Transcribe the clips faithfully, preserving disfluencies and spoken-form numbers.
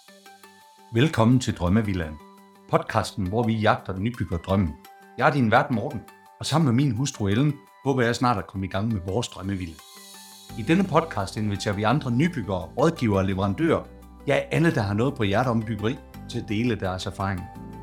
Velkommen til Drømmevillaen, podcasten, hvor vi jagter nybyggerdrømmen. Jeg er din vært Morten, og sammen med min hustru Ellen, håber jeg snart at komme i gang med vores drømmevilla. I denne podcast inviterer vi andre nybyggere, rådgivere og leverandører, ja alle, der har noget på hjertet om byggeri, til at dele deres erfaring.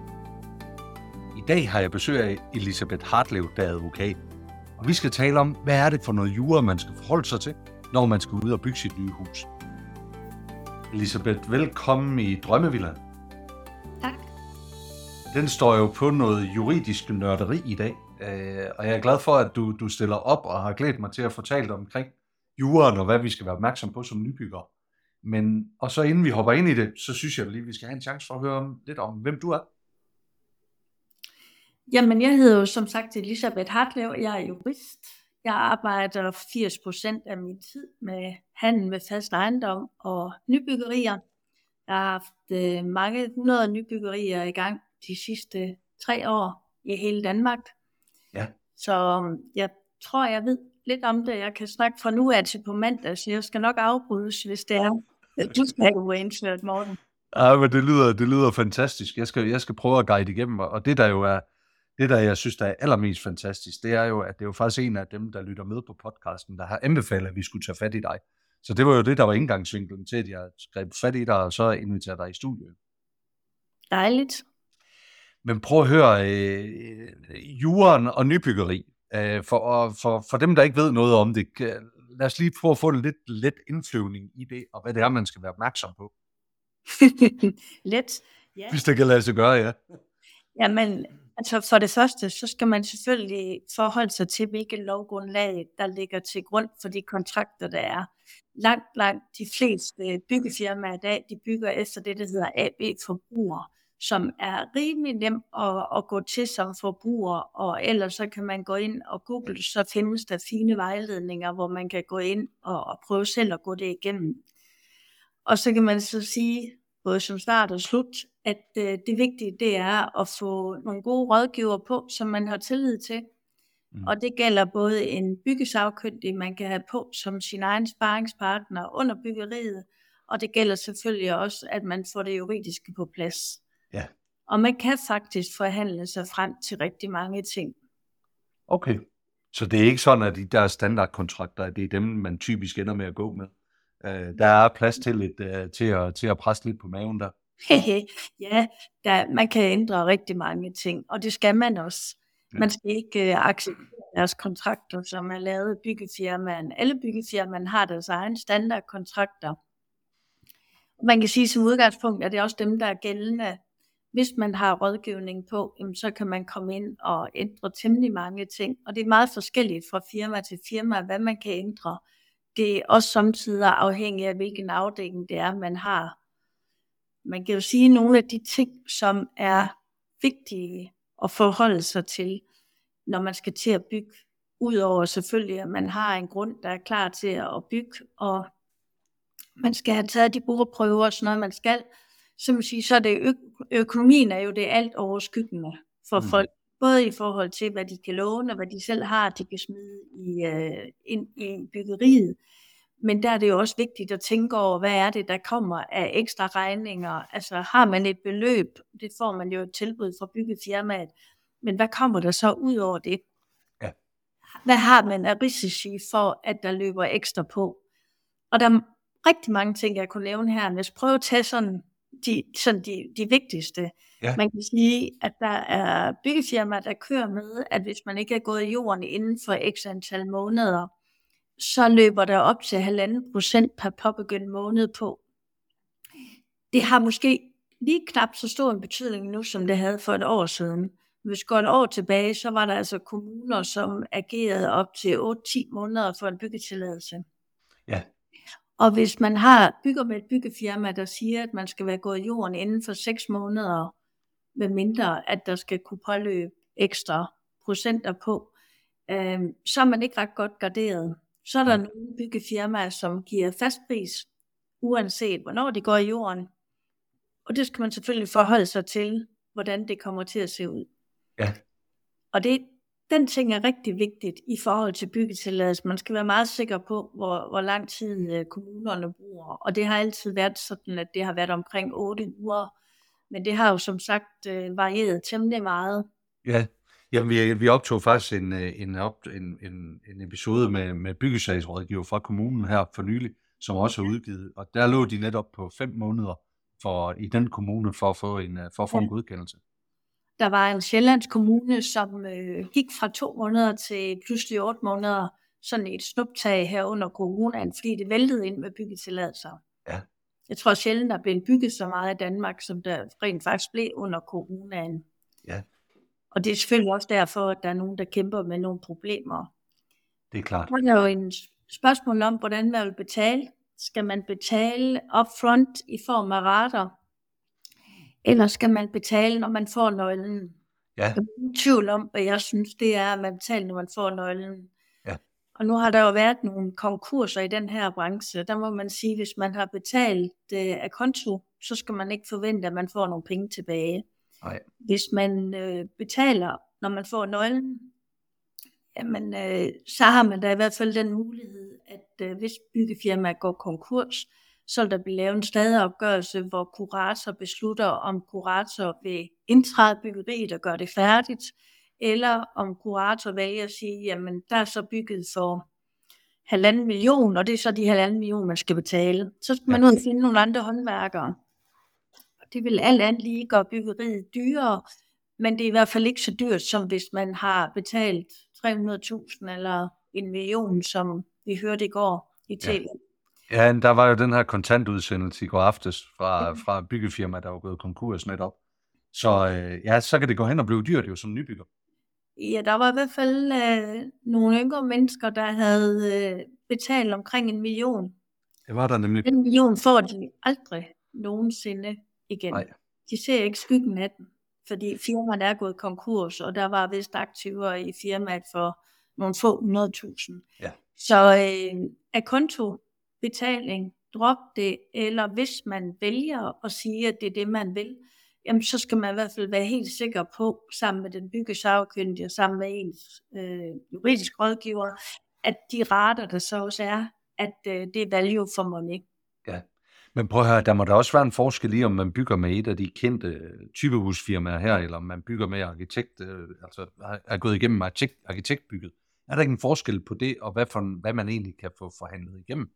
I dag har jeg besøg af Elisabeth Hartlev, der er advokat, og vi skal tale om, hvad er det for noget jura, man skal forholde sig til, når man skal ud og bygge sit nye hus. Elisabeth, velkommen i Drømmevillaen. Tak. Den står jo på noget juridisk nørderi i dag, og jeg er glad for, at du, du stiller op og har glædet mig til at fortælle omkring juraen og hvad vi skal være opmærksom på som nybyggere. Men, og så inden vi hopper ind i det, så synes jeg lige, vi skal have en chance for at høre om, lidt om, hvem du er. Jamen, jeg hedder jo som sagt Elisabeth Hartlev. Jeg er jurist. Jeg arbejder firs procent af min tid med handel med fast ejendom og nybyggerier. Jeg har haft øh, mange hundrede nybyggerier i gang de sidste tre år i hele Danmark. Ja. Så jeg tror, jeg ved lidt om det. Jeg kan snakke fra nu af til på mandag, så jeg skal nok afbrydes, hvis det er. Du skal have uindført, Morten. Ja, men det lyder, det lyder fantastisk. Jeg skal, jeg skal prøve at guide igennem, og det der jo er, det der jeg synes, der er allermest fantastisk, det er jo, at det er jo faktisk en af dem, der lytter med på podcasten, der har anbefalet, at vi skulle tage fat i dig. Så det var jo det, der var indgangsvinklen til, at jeg skrev fat i dig, og så inviterer dig i studiet. Dejligt. Men prøv at høre, øh, juraen og nybyggeri, øh, for, for, for dem, der ikke ved noget om det, lad os lige prøve at få en lidt let indflyvning i det, og hvad det er, man skal være opmærksom på. Let, ja. Hvis det kan lade sig gøre, ja. Jamen, altså for det første, så skal man selvfølgelig forholde sig til, hvilket lovgrundlag, der ligger til grund for de kontrakter, der er. Langt, langt de fleste byggefirmaer i dag, de bygger efter det, der hedder A B-forbruger, som er rimelig nemt at, at gå til som forbruger, og ellers så kan man gå ind og google, så findes der fine vejledninger, hvor man kan gå ind og, og prøve selv at gå det igennem. Og så kan man så sige, både som start og slut, at øh, det vigtige, det er at få nogle gode rådgiver på, som man har tillid til. Mm. Og det gælder både en byggesagkyndig, man kan have på som sin egen sparringspartner under byggeriet, og det gælder selvfølgelig også, at man får det juridiske på plads. Ja. Og man kan faktisk forhandle sig frem til rigtig mange ting. Okay, så det er ikke sådan, at de der standardkontrakter, det er dem, man typisk ender med at gå med? Uh, der er plads til, lidt, uh, til, at, til at presse lidt på maven der. Ja, der, man kan ændre rigtig mange ting, og det skal man også. Ja. Man skal ikke uh, acceptere deres kontrakter, som er lavet af byggefirmaen. Alle byggefirmaen har deres egen standardkontrakter. Man kan sige, som udgangspunkt, at det er også dem, der er gældende. Hvis man har rådgivning på, så kan man komme ind og ændre temmelig mange ting. Og det er meget forskelligt fra firma til firma, hvad man kan ændre. Det er også samtidig afhængigt af, hvilken afdeling det er, man har. Man kan jo sige, at nogle af de ting, som er vigtige at forholde sig til, når man skal til at bygge, udover selvfølgelig, at man har en grund, der er klar til at bygge, og man skal have taget de boreprøver og sådan noget, man skal, så, man sige, så er det ø- økonomien er jo det alt overskyggende for mm. folk. Både i forhold til, hvad de kan låne, og hvad de selv har, de kan smide i, øh, ind i byggeriet. Men der er det jo også vigtigt at tænke over, hvad er det, der kommer af ekstra regninger. Altså har man et beløb, det får man jo et tilbud fra byggefirmaet. Men hvad kommer der så ud over det? Ja. Hvad har man af risici for, at der løber ekstra på? Og der er rigtig mange ting, jeg kunne nævne her. Lad os prøve at tage sådan de, sådan de, de vigtigste. Ja. Man kan sige, at der er byggefirmaer, der kører med, at hvis man ikke er gået i jorden inden for x antal måneder, så løber der op til halvanden procent per påbegyndt måned på. Det har måske lige knap så stor en betydning nu, som det havde for et år siden. Hvis vi går et år tilbage, så var der altså kommuner, som agerede op til otte til ti måneder for en byggetilladelse. Ja. Og hvis man har bygger med et byggefirma, der siger, at man skal være gået i jorden inden for seks måneder, med mindre at der skal kunne påløbe ekstra procenter på, øh, så er man ikke ret godt garderet. Så er der nogle byggefirmaer, som giver fast pris, uanset hvornår de går i jorden. Og det skal man selvfølgelig forholde sig til, hvordan det kommer til at se ud. Ja. Og det, den ting er rigtig vigtigt i forhold til byggetilladelse. Man skal være meget sikker på, hvor, hvor lang tid kommunerne bruger. og, og det har altid været sådan, at det har været omkring otte uger. Men det har jo som sagt øh, varieret temmelig meget. Ja, jamen, vi, vi optog faktisk en, en, op, en, en, en episode med, med byggesagsrådgiver fra kommunen her for nylig, som også er udgivet, og der lå de netop på fem måneder for, i den kommune for at få en, for at få ja. en godkendelse. Der var en Sjællands kommune, som øh, gik fra to måneder til pludselig otte måneder, sådan et snuptag her under coronaen, fordi det væltede ind med byggetilladelser. Ja. Jeg tror sjældent, der blev bygget så meget i Danmark, som der rent faktisk blev under coronaen. Ja. Og det er selvfølgelig også derfor, at der er nogen, der kæmper med nogle problemer. Det er klart. Der er jo en spørgsmål om, hvordan man vil betale. Skal man betale upfront i form af rater? Eller skal man betale, når man får nøglen? Ja. Jeg er i tvivl om, hvad jeg synes, det er, at man betaler, når man får nøglen. Ja. Og nu har der jo været nogle konkurser i den her branche. Der må man sige, at hvis man har betalt øh, af konto, så skal man ikke forvente, at man får nogle penge tilbage. Nej. Hvis man øh, betaler, når man får nøglen, jamen, øh, så har man da i hvert fald den mulighed, at øh, hvis byggefirmaet går konkurs, så vil der blive lavet en stadeopgørelse, hvor kurator beslutter, om kurator vil indtræde byggeriet og gøre det færdigt, eller om kurator vælger at sige, jamen der er så bygget for halvanden million, og det er så de halvanden million, man skal betale. Så skal man ud og finde nogle andre håndværkere. Og det vil alt andet lige gøre byggeriet dyrere, men det er i hvert fald ikke så dyrt, som hvis man har betalt tre hundrede tusind eller en million, som vi hørte i går i T V. Ja. Ja, der var jo den her kontantudsendelse i går aftes fra, fra byggefirma, der var gået konkurs netop. Så øh, ja, så kan det gå hen og blive dyrt jo som nybygger. Ja, der var i hvert fald øh, nogle yngre mennesker, der havde øh, betalt omkring en million. Det var der nemlig. Den million får de aldrig nogensinde igen. Nej. De ser ikke skyggen af den, fordi firmaet er gået konkurs, og der var vist aktiver i firmaet for nogle få hundrede tusind. Ja. Så øh, af kontobetaling, drop det, eller hvis man vælger at sige, at det er det, man vil, jamen så skal man i hvert fald være helt sikker på, sammen med den byggesagkyndige og sammen med ens øh, juridisk rådgiver, at de rater, der så også er, at øh, det er value for money. Ja, men prøv at høre, der må der også være en forskel i, om man bygger med et af de kendte typehusfirmaer her, eller om man bygger med arkitekt, øh, altså er gået igennem arkitekt, arkitektbygget. Er der ikke en forskel på det, og hvad, for, hvad man egentlig kan få forhandlet igennem?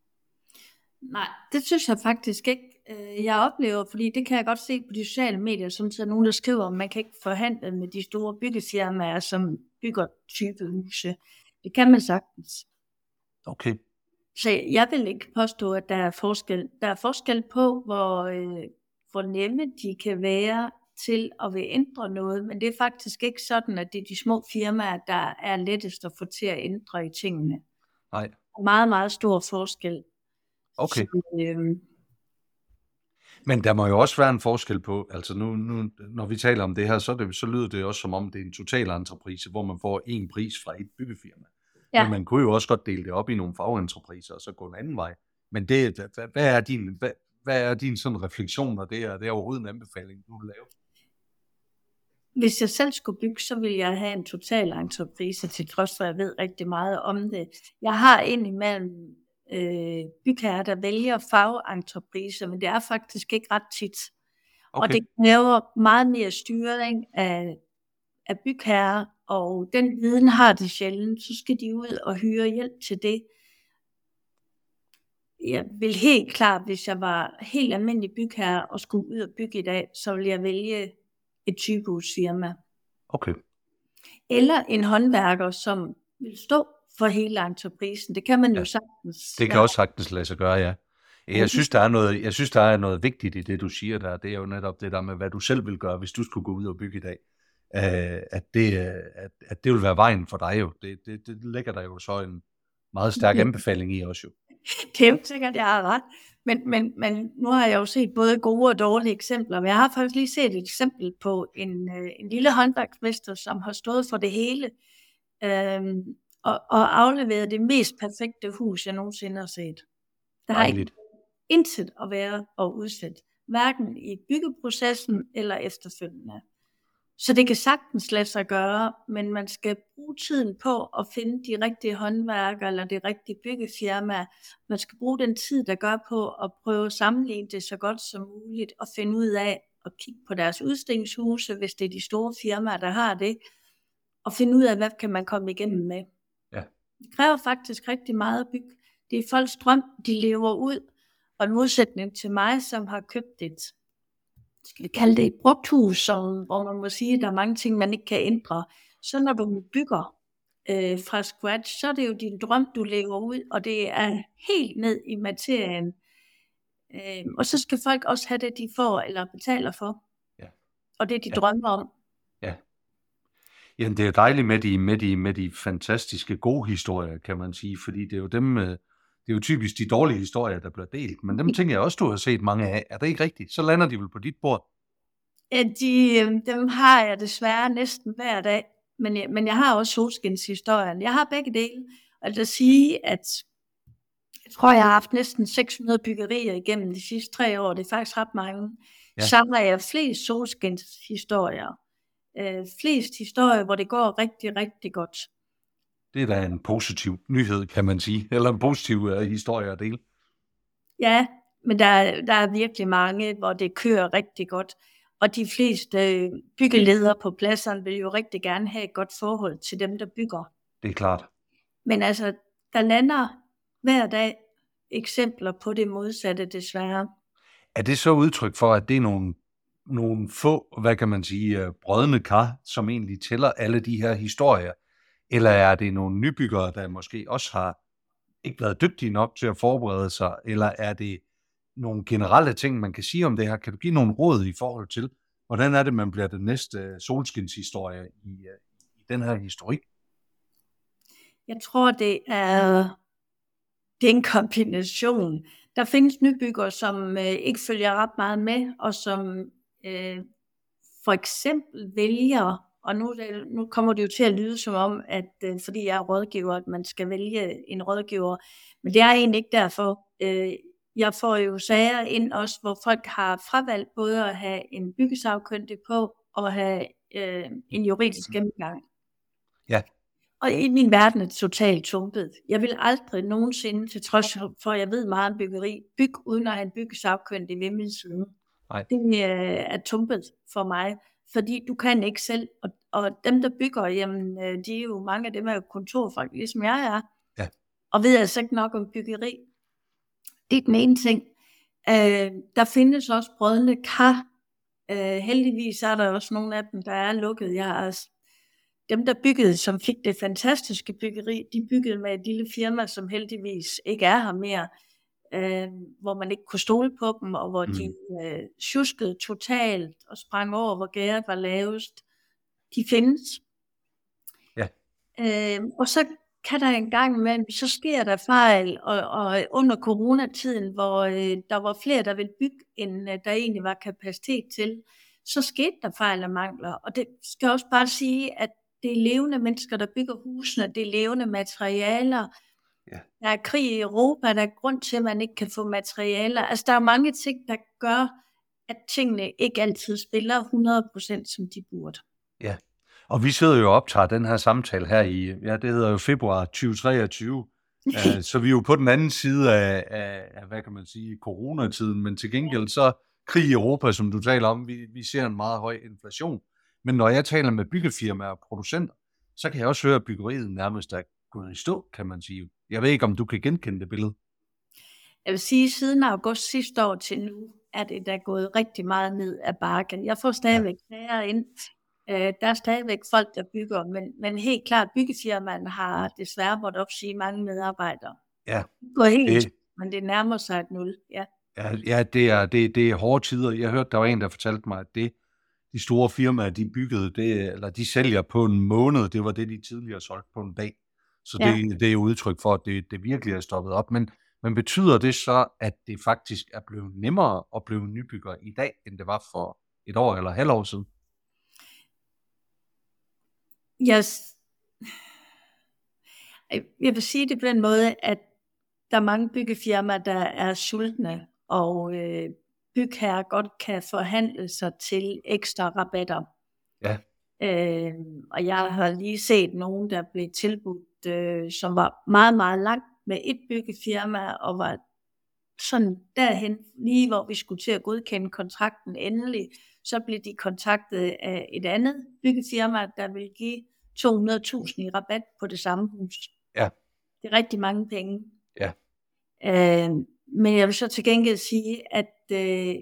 Nej, det synes jeg faktisk ikke. Jeg oplever, fordi det kan jeg godt se på de sociale medier, som der er nogen, der skriver, at man kan ikke forhandle med de store byggefirmaer, som bygger typehuse. Det kan man sagtens. Okay. Så jeg vil ikke påstå, at der er forskel. Der er forskel på, hvor, øh, hvor nemme de kan være til at vil ændre noget, men det er faktisk ikke sådan, at det er de små firmaer, der er lettest at få til at ændre i tingene. Nej. Meget, meget stor forskel. Okay. Så, øh, Men der må jo også være en forskel på, altså nu, nu når vi taler om det her, så, det, så lyder det også som om, det er en total entreprise, hvor man får en pris fra et byggefirma. Ja. Men man kunne jo også godt dele det op i nogle fagentrepriser, og så gå en anden vej. Men det, hvad, hvad er din, hvad, hvad er din sådan refleksion, og det er, det er overhovedet en anbefaling, du vil lave? Hvis jeg selv skulle bygge, så ville jeg have en total entreprise, til trods for, at jeg ved rigtig meget om det. Jeg har indimellem øh, bygherrer, der vælger fagentrepriser, men det er faktisk ikke ret tit. Okay. Og det kræver meget mere styring af, af bygherrer, og den viden har de sjældent, så skal de ud og hyre hjælp til det. Jeg vil helt klart, hvis jeg var helt almindelig bygherre og skulle ud og bygge i dag, så ville jeg vælge et typehusfirma. Okay. Eller en håndværker, som vil stå for hele entreprisen. Det kan man ja. jo sagtens. Det kan ja. også sagtens lade sig gøre, ja. Jeg synes, der er noget, jeg synes, der er noget vigtigt i det, du siger der. Det er jo netop det der med, hvad du selv vil gøre, hvis du skulle gå ud og bygge i dag. Uh, at, det, at, at det vil være vejen for dig jo. Det, det, det lægger der jo så en meget stærk anbefaling i også jo. Det er jo sikkert, jeg har ret. Men, men, men nu har jeg jo set både gode og dårlige eksempler. Men jeg har faktisk lige set et eksempel på en, en lille håndværksmester, som har stået for det hele. Øhm, og, og afleveret det mest perfekte hus, jeg nogensinde har set. Der har ikke intet at være og udsætte. Hverken i byggeprocessen eller efterfølgende. Så det kan sagtens lade sig gøre, men man skal bruge tiden på at finde de rigtige håndværkere eller det rigtige byggefirma. Man skal bruge den tid, der gør på at prøve at sammenligne det så godt som muligt og finde ud af at kigge på deres udstillingshuse, hvis det er de store firmaer, der har det, og finde ud af, hvad kan man komme igennem med. Ja. Det kræver faktisk rigtig meget at bygge. Det er folks drøm, de lever ud, og en modsætning til mig, som har købt et, skal vi kalde det et brugthus, som, hvor man må sige, at der er mange ting, man ikke kan ændre. Så når du bygger øh, fra scratch, så er det jo din drøm, du lever ud, og det er helt ned i materien. Øh, og så skal folk også have det, de får eller betaler for. Ja. Og det, de Ja. drømmer om. Ja. Jamen, det er jo dejligt med de, med, de, med de fantastiske gode historier, kan man sige, fordi det er jo dem, det er jo typisk de dårlige historier, der bliver delt, men dem tænker jeg også, du har set mange af. Er det ikke rigtigt? Så lander de vel på dit bord? Ja, de, dem har jeg desværre næsten hver dag, men jeg, men jeg har også solskinshistorien. Jeg har begge dele, og det vil sige, at jeg tror, jeg har haft næsten seks hundrede byggerier igennem de sidste tre år. Det er faktisk ret mange. Ja. Så har jeg flest solskinshistorier. Øh, flest historier, hvor det går rigtig, rigtig godt. Det er da en positiv nyhed, kan man sige. Eller en positiv uh, historie at dele. Ja, men der, der er virkelig mange, hvor det kører rigtig godt. Og de fleste byggeledere på pladserne vil jo rigtig gerne have et godt forhold til dem, der bygger. Det er klart. Men altså, der lander hver dag eksempler på det modsatte, desværre. Er det så udtryk for, at det er nogle, nogle få, hvad kan man sige, brødne kar, som egentlig tæller alle de her historier? Eller er det nogle nybyggere, der måske også har ikke været dygtige nok til at forberede sig? Eller er det nogle generelle ting, man kan sige om det her? Kan du give nogle råd i forhold til, hvordan er det, man bliver den næste solskinshistorie i, i den her historik? Jeg tror, det er, det er en kombination. Der findes nybyggere, som øh, ikke følger ret meget med, og som øh, for eksempel vælger, og nu, nu kommer det jo til at lyde som om, at øh, fordi jeg er rådgiver, at man skal vælge en rådgiver, men det er egentlig ikke derfor. Øh, jeg får jo sager ind også, hvor folk har fravalgt både at have en byggesagkyndig på, og have øh, en juridisk gennemgang. Ja. Og i min verden er det totalt tumpet. Jeg vil aldrig nogensinde, til trods for, at jeg ved meget om byggeri, bygge uden at have en byggesagkyndig ved min side. Nej. Det er tumpet for mig, fordi du kan ikke selv. Og, og dem, der bygger, jamen, de er jo mange af dem er jo kontorfolk, ligesom jeg er. Ja. Og ved altså ikke nok om byggeri. Det er den ene ting. Øh, der findes også brødne kar. Øh, heldigvis er der også nogle af dem, der er lukket. Jeg har Dem, der byggede, som fik det fantastiske byggeri, de byggede med et lille firma, som heldigvis ikke er her mere, øh, hvor man ikke kunne stole på dem, og hvor mm. de øh, sjuskede totalt og sprang over, hvor gæret var lavest. De findes. Ja. Øh, og så kan der en gang imellem, så sker der fejl, og, og under coronatiden, hvor øh, der var flere, der ville bygge, end øh, der egentlig var kapacitet til, så skete der fejl og mangler. Og det skal også bare sige, at det er levende mennesker, der bygger husene, det er levende materialer. Ja. Der er krig i Europa, der er grund til, at man ikke kan få materialer. Altså, der er mange ting, der gør, at tingene ikke altid spiller hundrede procent, som de burde. Ja, og vi sidder jo og optager den her samtale her i, ja, det hedder jo februar tyve treogtyve, uh, så vi er jo på den anden side af, af, af, hvad kan man sige, coronatiden, men til gengæld så krig i Europa, som du taler om, vi, vi ser en meget høj inflation. Men når jeg taler med byggefirmaer og producenter, så kan jeg også høre, at byggeriet nærmest er gået i stå, kan man sige. Jeg ved ikke, om du kan genkende det billede. Jeg vil sige, at siden august sidste år til nu, er det der gået rigtig meget ned ad bakken. Jeg får stadigvæk sager ind. Der er stadigvæk folk, der bygger, men, men helt klart, byggefirmaerne har desværre måttet opsige mange medarbejdere. Ja. Det går helt, det, men det nærmer sig et nul. Ja, ja, ja det, er, det, det er hårde tider. Jeg hørte, der var en, der fortalte mig, at det de store firmaer, de byggede det, eller de sælger på en måned, det var det, de tidligere solgte på en dag. Så ja. det, det er jo udtryk for, at det, det virkelig er stoppet op. Men, men betyder det så, at det faktisk er blevet nemmere at blive nybygger i dag, end det var for et år eller halvt år siden? Yes. Jeg vil sige det på den måde, at der er mange byggefirmaer, der er sultne, og øh, bygherrer godt kan forhandle sig til ekstra rabatter. Ja. Øh, og jeg har lige set nogen, der blev tilbudt, øh, som var meget, meget langt med et byggefirma, og var sådan derhen, lige hvor vi skulle til at godkende kontrakten endelig, så blev de kontaktet af et andet byggefirma, der vil give to hundrede tusind i rabat på det samme hus. Ja. Det er rigtig mange penge. Ja. Øh, men jeg vil så til gengæld sige, at øh,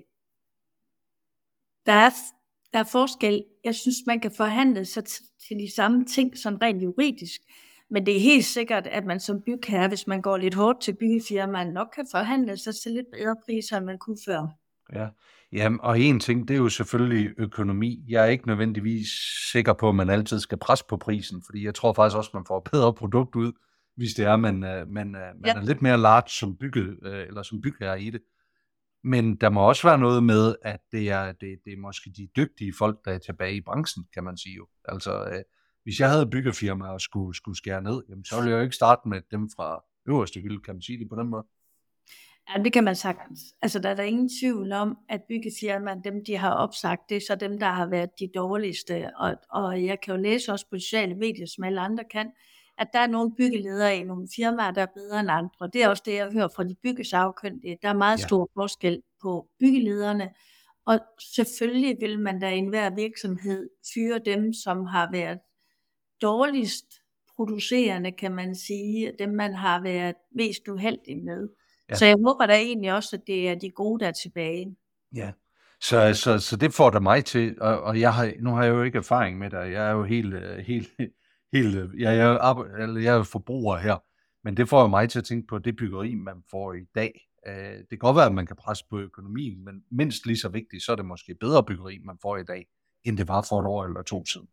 der, er, der er forskel. Jeg synes, man kan forhandle sig til, til de samme ting, sådan rent juridisk. Men det er helt sikkert, at man som bygherre, hvis man går lidt hårdt til byggefirmaen, nok kan forhandle sig til lidt bedre priser, end man kunne før. Ja, jamen, og en ting, det er jo selvfølgelig økonomi. Jeg er ikke nødvendigvis sikker på, at man altid skal presse på prisen, fordi jeg tror faktisk også, at man får et bedre produkt ud, hvis det er, at man, man, man ja. er lidt mere large som bygge, eller som bygherre i det. Men der må også være noget med, at det er, det, det er måske de dygtige folk, der er tilbage i branchen, kan man sige jo. Altså, øh, hvis jeg havde byggefirma og skulle, skulle skære ned, jamen, så ville jeg jo ikke starte med dem fra øverste hylde, kan man sige det på den måde. Ja, det kan man sagtens. Altså, der er der ingen tvivl om, at byggefirmaerne, dem de har opsagt, det er så dem, der har været de dårligste. Og, og jeg kan jo læse også på sociale medier, som alle andre kan, at der er nogle byggeledere i nogle firmaer, der er bedre end andre. Det er også det, jeg hører fra de byggesagkyndige. Der er meget ja. stor forskel på byggelederne. Og selvfølgelig vil man da i enhver virksomhed fyre dem, som har været dårligst producerende, kan man sige. Dem, man har været mest uheldig med. Ja. Så jeg håber da egentlig også, at det er de gode, der er tilbage. Ja, så, så, så det får der mig til, og, og jeg har, nu har jeg jo ikke erfaring med det, jeg er jo helt, helt, helt jeg, jeg, er, jeg er forbruger her, men det får jo mig til at tænke på det byggeri, man får i dag. Det kan godt være, at man kan presse på økonomien, men mindst lige så vigtigt, så er det måske bedre byggeri, man får i dag, end det var for et år eller to siden.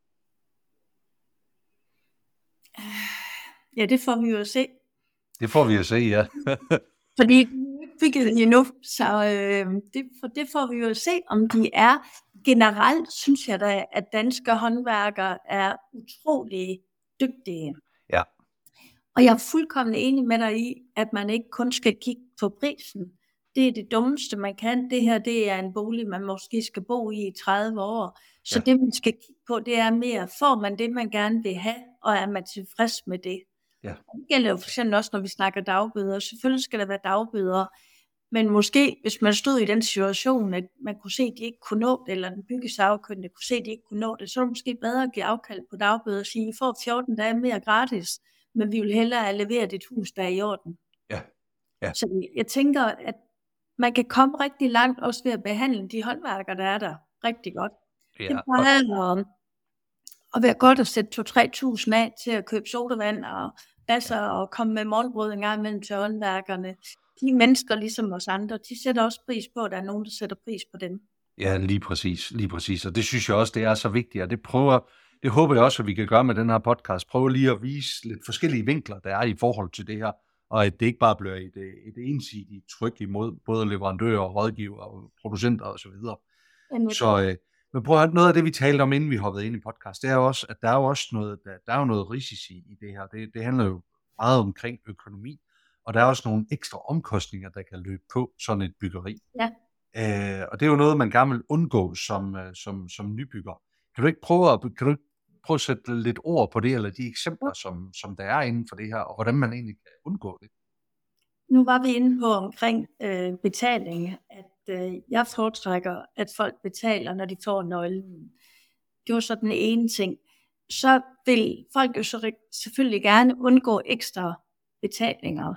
Ja, det får vi jo at se. Det får vi at se, ja. Fordi bygget endnu, så øh, det, for det får vi jo at se, om de er. Generelt synes jeg da, at danske håndværkere er utrolig dygtige. Ja. Og jeg er fuldkommen enig med dig i, at man ikke kun skal kigge på prisen. Det er det dummeste, man kan. Det her, det er en bolig, man måske skal bo i i tredive år. Så ja. Det, man skal kigge på, det er mere, får man det, man gerne vil have, og er man tilfreds med det? Ja. Det gælder jo for eksempel også, når vi snakker dagbøder. Selvfølgelig skal der være dagbøder, men måske, hvis man stod i den situation, at man kunne se, at de ikke kunne nå det, eller den byggesagkyndige kunne se, at de ikke kunne nå det, så er det måske bedre at give afkald på dagbøder og sige, I får fjorten dage mere gratis, men vi vil hellere levere dit hus, der er i orden. Ja. Ja. Så jeg tænker, at man kan komme rigtig langt, også ved at behandle de håndværkere, der er der rigtig godt. Ja. Det plejer at, at være godt at sætte to til tre tusind af til at købe sodavand og basser og komme med morgenbrød en gang imellem til håndværkerne. De mennesker, ligesom os andre, de sætter også pris på, at der er nogen, der sætter pris på dem. Ja, lige præcis, lige præcis. Og det synes jeg også, det er så vigtigt, og det prøver, det håber jeg også, at vi kan gøre med den her podcast. Prøve lige at vise lidt forskellige vinkler, der er i forhold til det her, og at det ikke bare bliver et, et ensidigt tryk imod både leverandører, rådgiver og producenter osv. Så, så øh, men prøv at høre, noget af det, vi talte om, inden vi hoppede ind i podcast, det er jo også, at der er jo også noget, der, der er jo noget risici i det her. Det, det handler jo meget omkring økonomi, og der er også nogle ekstra omkostninger, der kan løbe på sådan et byggeri. Ja. Øh, og det er jo noget, man gerne vil undgå som, som, som nybygger. Kan du ikke prøve at, kan du ikke prøve at sætte lidt ord på det, eller de eksempler, som, som der er inden for det her, og hvordan man egentlig kan undgå det? Nu var vi inde på omkring øh, betaling, at øh, jeg foretrækker, at folk betaler, når de får nøglen. Det var så den ene ting. Så vil folk jo så selvfølgelig gerne undgå ekstra betalinger.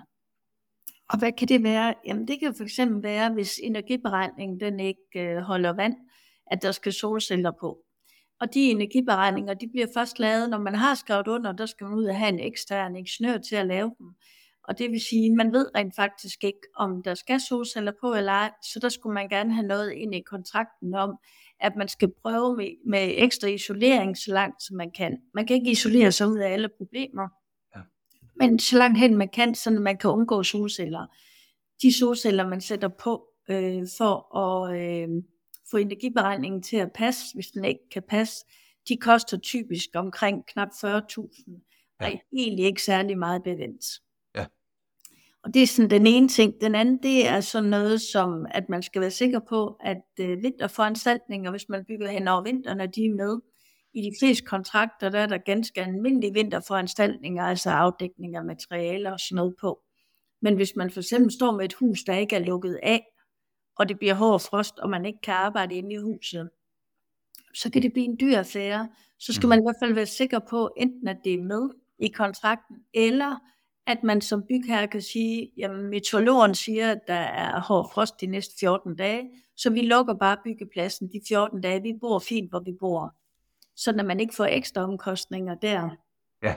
Og hvad kan det være? Jamen det kan jo for eksempel være, hvis energiberegningen den ikke øh, holder vand, at der skal solceller på. Og de energiberegninger, de bliver først lavet, når man har skrevet under, der skal man ud og have en ekstern ingeniør til at lave dem. Og det vil sige, at man ved rent faktisk ikke, om der skal solceller på eller ej, så der skulle man gerne have noget ind i kontrakten om, at man skal prøve med, med ekstra isolering så langt som man kan. Man kan ikke isolere sig ud af alle problemer, ja. Men så langt hen man kan, så man kan undgå solceller. De solceller, man sætter på øh, for at øh, få energiberegningen til at passe, hvis den ikke kan passe, de koster typisk omkring knap fyrre tusind. Ja. Og egentlig ikke særlig meget bevendt. Og det er sådan den ene ting. Den anden, det er sådan noget som, at man skal være sikker på, at øh, vinterforanstaltninger, hvis man bygger hen over vinteren, at de er med. i de fleste kontrakter, der er der ganske almindelige vinterforanstaltninger, altså afdækning af materialer og sådan noget på. Men hvis man for eksempel står med et hus, der ikke er lukket af, og det bliver hård frost, og man ikke kan arbejde inde i huset, så kan det blive en dyr affære. Så skal man i hvert fald være sikker på, enten at det er med i kontrakten, eller at man som bygherre kan sige, jamen meteorologen siger, at der er hård frost de næste fjorten dage, så vi lukker bare byggepladsen de fjorten dage. Vi bor fint, hvor vi bor. Så når man ikke får ekstra omkostninger der, ja.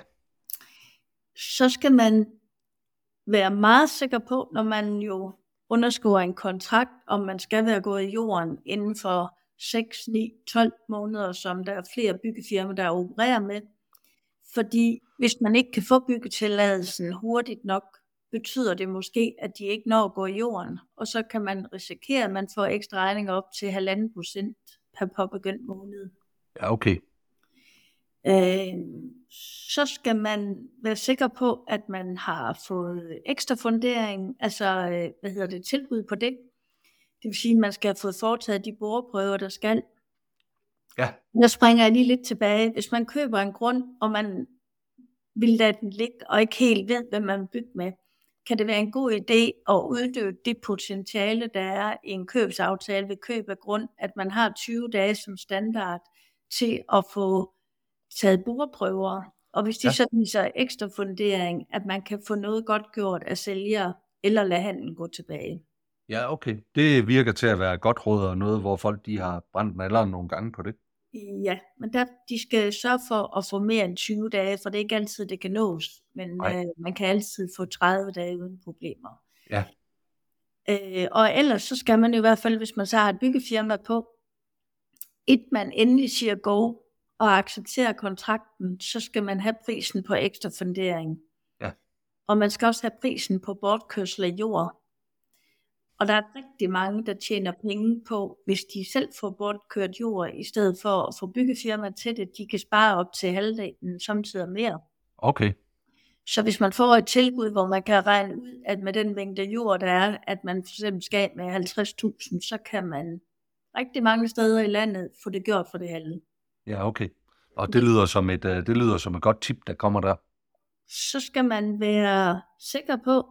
så skal man være meget sikker på, når man jo underskriver en kontrakt, om man skal være gået i jorden inden for seks, ni, tolv måneder, som der er flere byggefirmaer, der opererer med. Fordi hvis man ikke kan få byggetilladelsen hurtigt nok, betyder det måske, at de ikke når at gå i jorden. Og så kan man risikere, at man får ekstra regninger op til halvanden procent per påbegyndt måned. Ja, okay. Øh, så skal man være sikker på, at man har fået ekstra fundering, altså hvad hedder det, tilbud på det. Det vil sige, at man skal have fået foretaget de boreprøver, der skal. Ja. Der springer jeg lige lidt tilbage. Hvis man køber en grund, og man vil lade den ligge, og ikke helt ved, hvad man vil bygge med, kan det være en god idé at udnytte det potentiale, der er i en købsaftale ved køb af grund, at man har tyve dage som standard til at få taget boreprøver. Og hvis de ja. så viser ekstra fundering, at man kan få noget godt gjort af sælger, eller lade handlen gå tilbage. Ja, okay. Det virker til at være et godt råd, og noget, hvor folk de har brændt nalleren nogle gange på det. Ja, men der, de skal sørge for at få mere end tyve dage, for det er ikke altid, det kan nås. Men øh, man kan altid få tredive dage uden problemer. Ja. Øh, og ellers så skal man i hvert fald, hvis man så har et byggefirma på, et man endelig siger go og accepterer kontrakten, så skal man have prisen på ekstra fundering. Ja. Og man skal også have prisen på bortkørsel af jord. Og der er rigtig mange, der tjener penge på, hvis de selv får bortkørt jord, i stedet for at få byggefirmaer til det. De kan spare op til halvdelen, samtidig mere. Okay. Så hvis man får et tilbud, hvor man kan regne ud, at med den mængde jord, der er, at man for eksempel skal med halvtreds tusind, så kan man rigtig mange steder i landet få det gjort for det halve. Ja, okay. Og det lyder som et, det lyder som et godt tip, der kommer der. Så skal man være sikker på,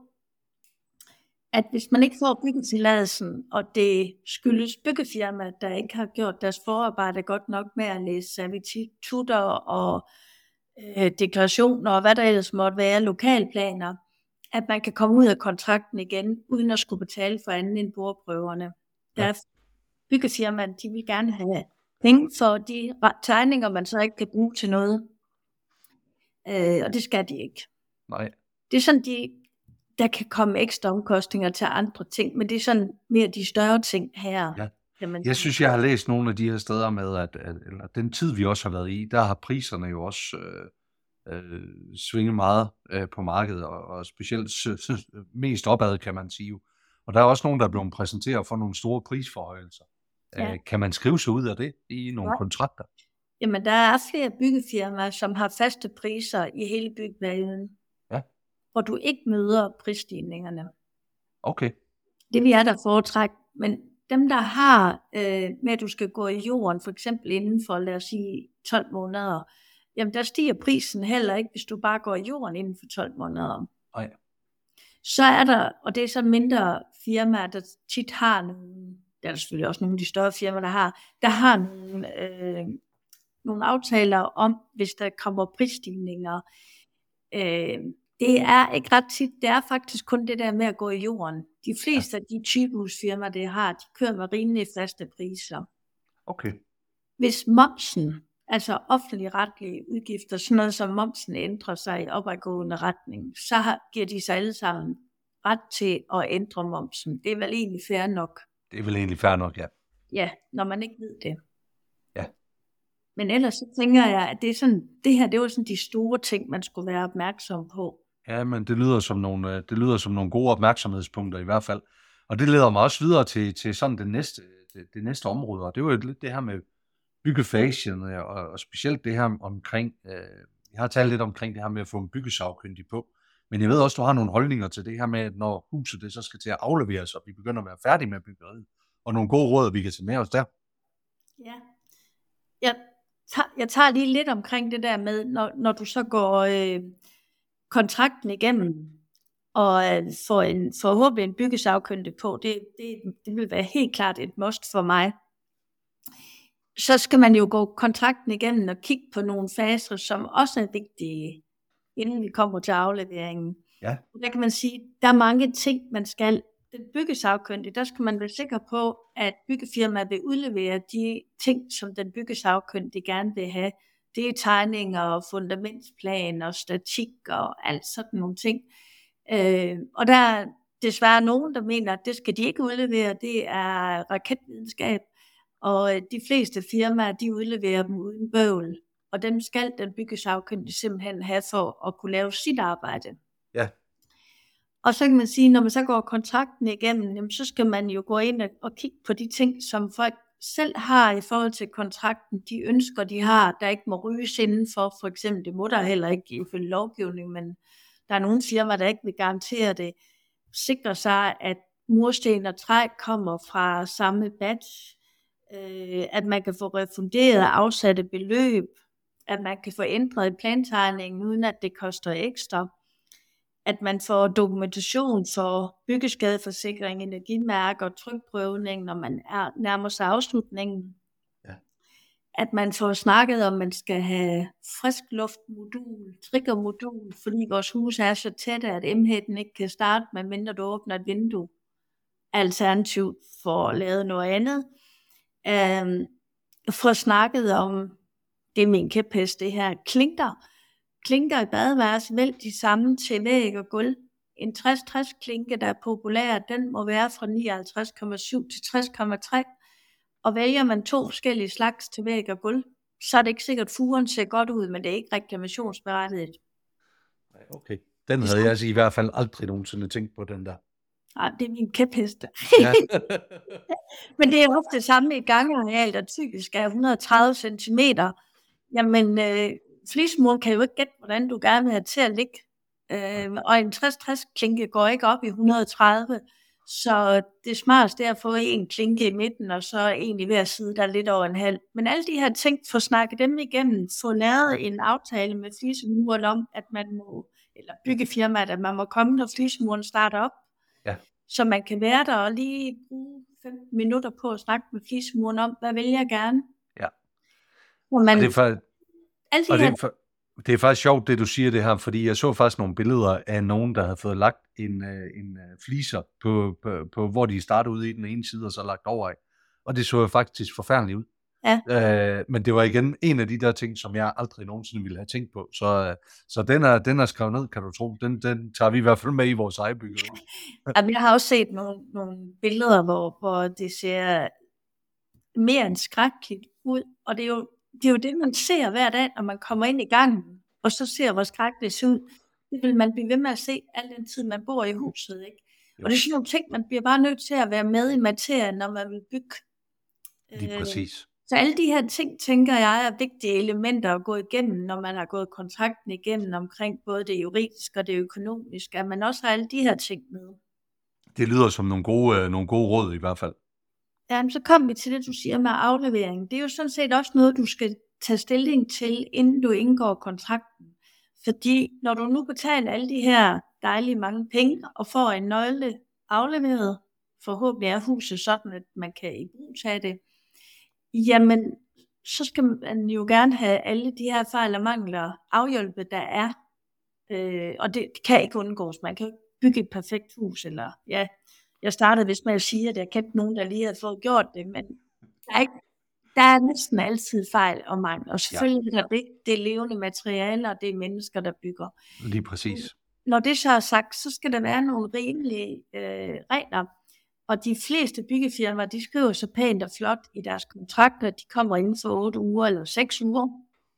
at hvis man ikke får byggetilladelsen, og det skyldes byggefirmaer, der ikke har gjort deres forarbejde godt nok med at læse servitutter og øh, deklarationer og hvad der ellers måtte være, lokalplaner, at man kan komme ud af kontrakten igen, uden at skulle betale for anden end boreprøverne. Der er byggefirmaer, de vil gerne have penge for de tegninger, man så ikke kan bruge til noget. Øh, og det skal de ikke. Nej. Det er sådan, de... Der kan komme ekstra omkostninger til andre ting, men det er sådan mere de større ting her. Ja. Jeg synes, jeg har læst nogle af de her steder med, at, at eller den tid, vi også har været i, der har priserne jo også øh, øh, svinget meget øh, på markedet, og, og specielt øh, mest opad, kan man sige. Og der er også nogen, der er blevet præsenteret for nogle store prisforhøjelser. Ja. Øh, kan man skrive sig ud af det i nogle ja. kontrakter? Jamen, der er flere byggefirmaer, som har faste priser i hele byggeperioden. Hvor du ikke møder prisstigningerne. Okay. Det vil jeg da foretrække, men dem der har øh, med at du skal gå i jorden, for eksempel inden for, lad os sige, tolv måneder, jamen der stiger prisen heller ikke, hvis du bare går i jorden inden for tolv måneder. Nej. Så er der, og det er så mindre firmaer, der tit har nogle, der er der selvfølgelig også nogle af de større firmaer, der har, der har nogle, øh, nogle aftaler om, hvis der kommer prisstigninger. Øh, Det er ikke ret tit, det er faktisk kun det der med at gå i jorden. De fleste ja. af de typehusfirmaer, det har, de kører med rimelig faste priser. Okay. Hvis momsen, altså offentlige retlige udgifter, sådan noget som momsen ændrer sig i opadgående retning, så har, giver de sig alle sammen ret til at ændre momsen. Det er vel egentlig fair nok. Det er vel egentlig fair nok, ja. Ja, når man ikke ved det. Ja. Men ellers så tænker jeg, at det, er sådan, det her, det var sådan de store ting, man skulle være opmærksom på. Ja, men det lyder som nogle, det lyder som nogle gode opmærksomhedspunkter i hvert fald. Og det leder mig også videre til, til sådan det næste, det, det næste område, og det var jo lidt det her med byggefasen, og, og specielt det her omkring, øh, jeg har talt lidt omkring det her med at få en byggesagkyndig på, men jeg ved også, du har nogle holdninger til det her med, at når huset det så skal til at afleveres, og vi begynder at være færdige med byggeriet, og nogle gode råd, vi kan tage med os der. Ja, ja. tager, jeg tager lige lidt omkring det der med, når, når du så går øh, kontrakten igennem, og øh, får en, forhåbentlig en byggesagkyndig på, det, det, det vil være helt klart et must for mig. Så skal man jo gå kontrakten igennem og kigge på nogle faser, som også er vigtige, inden vi kommer til afleveringen. Ja. Der kan man sige, der er mange ting, man skal. Den byggesagkyndige, der skal man være sikker på, at byggefirmaet vil udlevere de ting, som den byggesagkyndige gerne vil have. Det er tegninger og fundamentsplan og statik og alt sådan nogle ting. Øh, og der er desværre nogen, der mener, at det skal de ikke udlevere. Det er raketvidenskab. Og de fleste firmaer, de udleverer dem uden bøvl. Og dem skal den byggesagkyndige simpelthen have for at kunne lave sit arbejde. Ja. Og så kan man sige, når man så går kontrakten igennem, jamen, så skal man jo gå ind og, og kigge på de ting, som folk selv har i forhold til kontrakten. De ønsker, de har, der ikke må ryges indenfor. For eksempel, det må der heller ikke ifølge lovgivning, men der er nogle firmaer, der ikke vil garantere det. Sikrer sig, at mursten og træ kommer fra samme batch. At man kan få refunderet afsatte beløb, at man kan få ændret plantegningen, uden at det koster ekstra, at man får dokumentation for byggeskadeforsikring, energimærker og trykprøvning, når man er nærmer sig afslutningen. Ja. At man får snakket om, at man skal have frisk luftmodul, triggermodul, fordi vores hus er så tætte, at emheden ikke kan starte, medmindre du åbner et vindue. Alternativt for at lave noget andet. Um, for snakket om, det er min kæphest, det her, klinker. Klinker i badeværelset, vælg de samme til væg og gulv. En tres tres klinke, der er populær, den må være fra nioghalvtreds komma syv til tres komma tre. Og vælger man to forskellige slags til væg og gulv, så er det ikke sikkert, at furen ser godt ud, men det er ikke reklamationsberettiget. Okay, den havde jeg altså i hvert fald aldrig nogensinde tænkt på, den der. Nej, det er min kæphest. Ja. Men det er ofte det samme i gangareal, der typisk er et hundrede og tredive centimeter. Jamen, øh, flismuren kan jo ikke gætte, hvordan du gerne vil have til at ligge. Øh, og en tres tres klinke går ikke op i et hundrede og tredive. Så det smarteste er at få en klinke i midten, og så en i hver side, der er lidt over en halv. Men alle de her ting, få snakket dem igennem, få lavet en aftale med flisemuren om, at man må, eller byggefirmaet, at man må komme, når flisemuren starter op. Ja. Så man kan være der og lige bruge femten minutter på at snakke med flisemuren om, hvad vil jeg gerne. Ja. Og, man, og, det, er for, de og her... det, er for, det er faktisk sjovt, det du siger det her, fordi jeg så faktisk nogle billeder af nogen, der havde fået lagt en, en fliser, på, på, på, hvor de startede ude i den ene side, og så lagt over af. Og det så jo faktisk forfærdeligt ud. Ja. Øh, men det var igen en af de der ting, som jeg aldrig nogensinde ville have tænkt på. Så, så den, er, den er skrevet ned, kan du tro. Den, den tager vi i hvert fald med i vores eget byggeri. Jamen, jeg har også set nogle, nogle billeder, hvor, hvor det ser mere end skrækkeligt ud. Og det er, jo, det er jo det, man ser hver dag, når man kommer ind i gangen, og så ser, hvor skrækkeligt det ser ud. Det vil man blive ved med at se al den tid, man bor i huset. Ikke? Og det er sådan nogle ting, man bliver bare nødt til at være med i materien, når man vil bygge. Lige præcis. Så alle de her ting, tænker jeg, er vigtige elementer at gå igennem, når man har gået kontrakten igennem omkring både det juridiske og det økonomiske, at man også har alle de her ting med. Det lyder som nogle gode, øh, nogle gode råd i hvert fald. Ja, så kom vi til det, du siger med aflevering. Det er jo sådan set også noget, du skal tage stilling til, inden du indgår kontrakten. Fordi når du nu betaler alle de her dejlige mange penge, og får en nøgle afleveret, forhåbentlig er huset sådan, at man kan i brug tage det, jamen, så skal man jo gerne have alle de her fejl og mangler afhjulpet, der er. Øh, og det kan ikke undgås. Man kan jo ikke bygge et perfekt hus. Eller, ja, jeg startede vist med at sige, at jeg kendte nogen, der lige havde fået gjort det, men der er, ikke, der er næsten altid fejl og mangler. Og selvfølgelig ja. er det, det er levende materialer, og det er mennesker, der bygger. Lige præcis. Når det så er sagt, så skal der være nogle rimelige øh, regler. Og de fleste byggefirmaer, de skriver så pænt og flot i deres kontrakter, at de kommer inden for otte uger eller seks uger,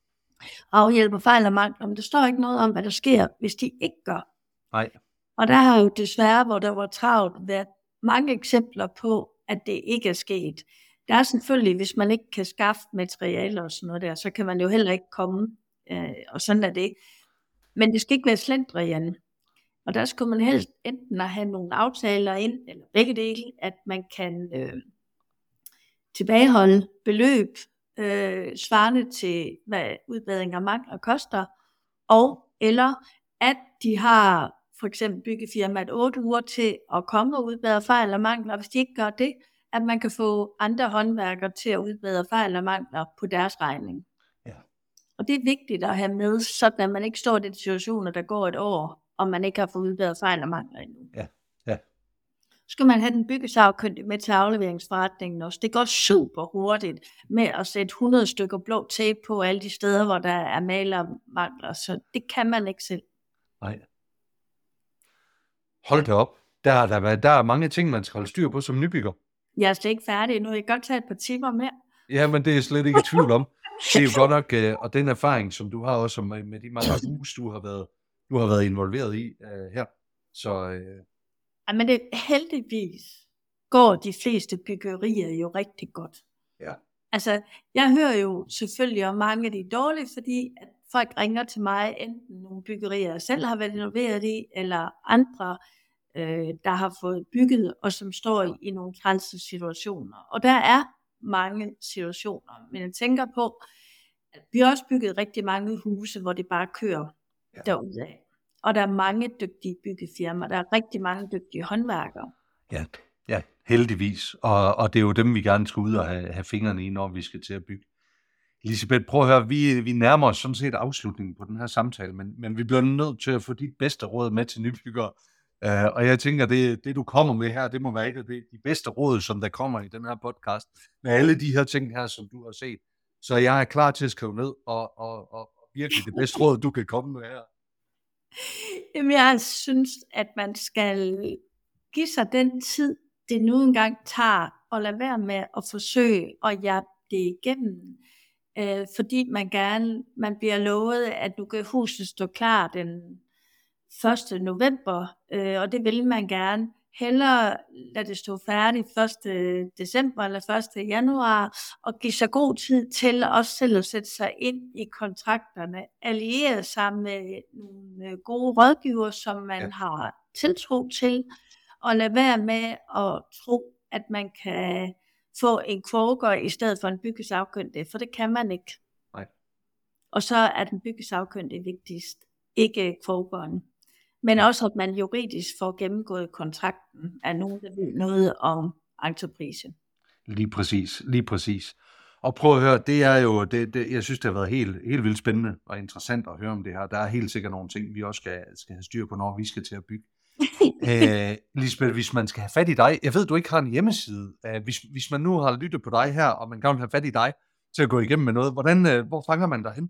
og afhjælper fejl og mangler. Men der står ikke noget om, hvad der sker, hvis de ikke gør. Nej. Og der har jo desværre, hvor der var travlt, været mange eksempler på, at det ikke er sket. Der er selvfølgelig, hvis man ikke kan skaffe materialer og sådan noget der, så kan man jo heller ikke komme, øh, og sådan er det ikke. Men det skal ikke være slendrian. Og der skulle man helst enten have nogle aftaler ind, eller begge dele, at man kan øh, tilbageholde beløb, øh, svarende til, hvad udbedring og mangler koster, og eller at de har for eksempel byggefirmaet otte uger til at komme og udbedre fejl og mangler, og hvis de ikke gør det, at man kan få andre håndværkere til at udbedre fejl og mangler på deres regning. Ja. Og det er vigtigt at have med, sådan at man ikke står i den situation, at der går et år, og man ikke har fået udbedret fejl og mangler endnu. Ja, ja. Så skal man have den byggesagkyndige med til afleveringsforretningen også. Det går super hurtigt med at sætte hundrede stykker blå tape på alle de steder, hvor der er malermangler, så det kan man ikke selv. Nej. Hold det op. Der er, der, der er mange ting, man skal holde styr på som nybygger. Jeg er slet ikke færdig endnu. Jeg kan godt tage et par timer mere. Ja, men det er jeg slet ikke i tvivl om. Det er jo godt nok, og den erfaring, som du har også med, med de mange hus, du har været, du har været involveret i uh, her. Så, uh... ja, men det, heldigvis går de fleste byggerier jo rigtig godt. Ja. Altså, jeg hører jo selvfølgelig om mange af de dårlige, fordi at folk ringer til mig, enten nogle byggerier, jeg selv har været involveret i, eller andre, øh, der har fået bygget, og som står i, i nogle grænsesituationer. Og der er mange situationer, men jeg tænker på, at vi har også bygget rigtig mange huse, hvor det bare kører ja. derudad. Og der er mange dygtige byggefirmaer, der er rigtig mange dygtige håndværkere. Ja, ja heldigvis. Og, og det er jo dem, vi gerne skal ud og have, have fingrene i, når vi skal til at bygge. Elisabeth, prøv at høre, vi, vi nærmer os sådan set afslutningen på den her samtale, men, men vi bliver nødt til at få dit bedste råd med til nybyggere. Uh, og jeg tænker, det, det du kommer med her, det må være et af de, de bedste råd, som der kommer i den her podcast, med alle de her ting her, som du har set. Så jeg er klar til at skrive ned, og, og, og virkelig det bedste råd, du kan komme med her. Jamen, jeg synes, at man skal give sig den tid, det nu engang tager, og lade være med at forsøge at hjælpe det igennem. Øh, fordi man gerne, man bliver lovet, at nu kan huset stå klar den første november, øh, og det vil man gerne. Hellere lade det stå færdigt første december eller første januar, og give sig god tid til også selv at sætte sig ind i kontrakterne, alliere sig med nogle gode rådgiver, som man ja. har tiltro til, og lade være med at tro, at man kan få en kvoker i stedet for en byggesagkyndig, for det kan man ikke. Nej. Og så er den byggesagkyndige vigtigst, ikke kvokeren. Men også, at man juridisk får gennemgået kontrakten af nogen, der ved noget om entreprise. Lige præcis, lige præcis. Og prøv at høre, det er jo, det, det, jeg synes, det har været helt, helt vildt spændende og interessant at høre om det her. Der er helt sikkert nogle ting, vi også skal, skal have styr på, når vi skal til at bygge. Æh, Lisbeth, hvis man skal have fat i dig, jeg ved, du ikke har en hjemmeside. Æh, hvis, hvis man nu har lyttet på dig her, og man gerne vil have fat i dig til at gå igennem med noget, hvordan, øh, hvor fanger man dig hen?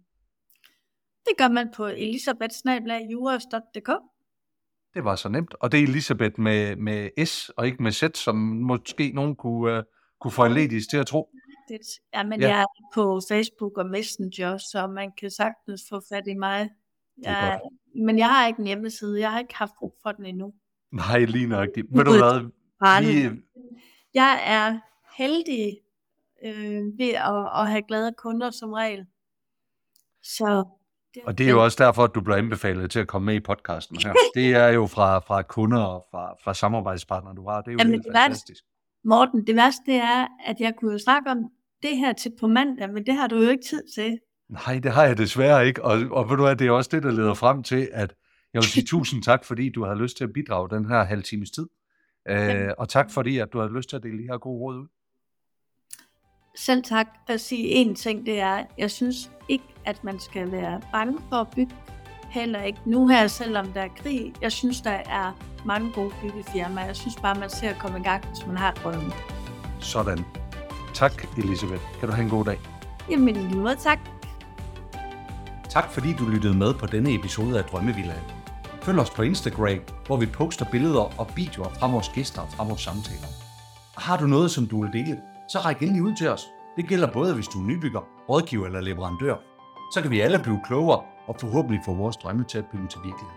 Det gør man på elisabeth snabel-a juras punktum d k. Det var så nemt. Og det er Elisabeth med, med S og ikke med Z, som måske nogen kunne, uh, kunne få anledning til at tro. Ja, men ja. Jeg er på Facebook og Messenger, så man kan sagtens få fat i mig. Jeg, men jeg har ikke en hjemmeside. Jeg har ikke haft brug for den endnu. Nej, lige nøjagtigt. Ved du hvad? Vi... Jeg er heldig øh, ved at, at have glade kunder som regel. Så... Og det er jo også derfor, at du bliver anbefalet til at komme med i podcasten her. Det er jo fra, fra kunder og fra, fra samarbejdspartnere, du har. Det er jo Jamen, helt fantastisk. Værste, Morten, det værste er, at jeg kunne jo snakke om det her til på mandag, men det har du jo ikke tid til. Nej, det har jeg desværre ikke. Og, og ved du hvad, det er også det, der leder frem til, at jeg vil sige tusind tak, fordi du har lyst til at bidrage den her halv times tid. Øh, og tak fordi, at du har lyst til at dele de her gode råd ud. Selv tak. At sige en ting, det er, jeg synes ikke, at man skal være bange for at bygge. Heller ikke nu her, selvom der er krig. Jeg synes, der er mange gode byggefirmaer. Jeg synes bare, man ser at komme i gang, hvis man har drømmen. Sådan. Tak, Elisabeth. Kan du have en god dag? Jamen, i lige måde, tak. Tak fordi du lyttede med på denne episode af Drømmevillaen. Følg os på Instagram, hvor vi poster billeder og videoer fra vores gæster og fra vores samtaler. Og har du noget, som du vil dele, så ræk endelig ud til os. Det gælder både, hvis du er nybygger, rådgiver eller leverandør. Så kan vi alle blive klogere og forhåbentlig få vores drømme til at blive til virkelighed.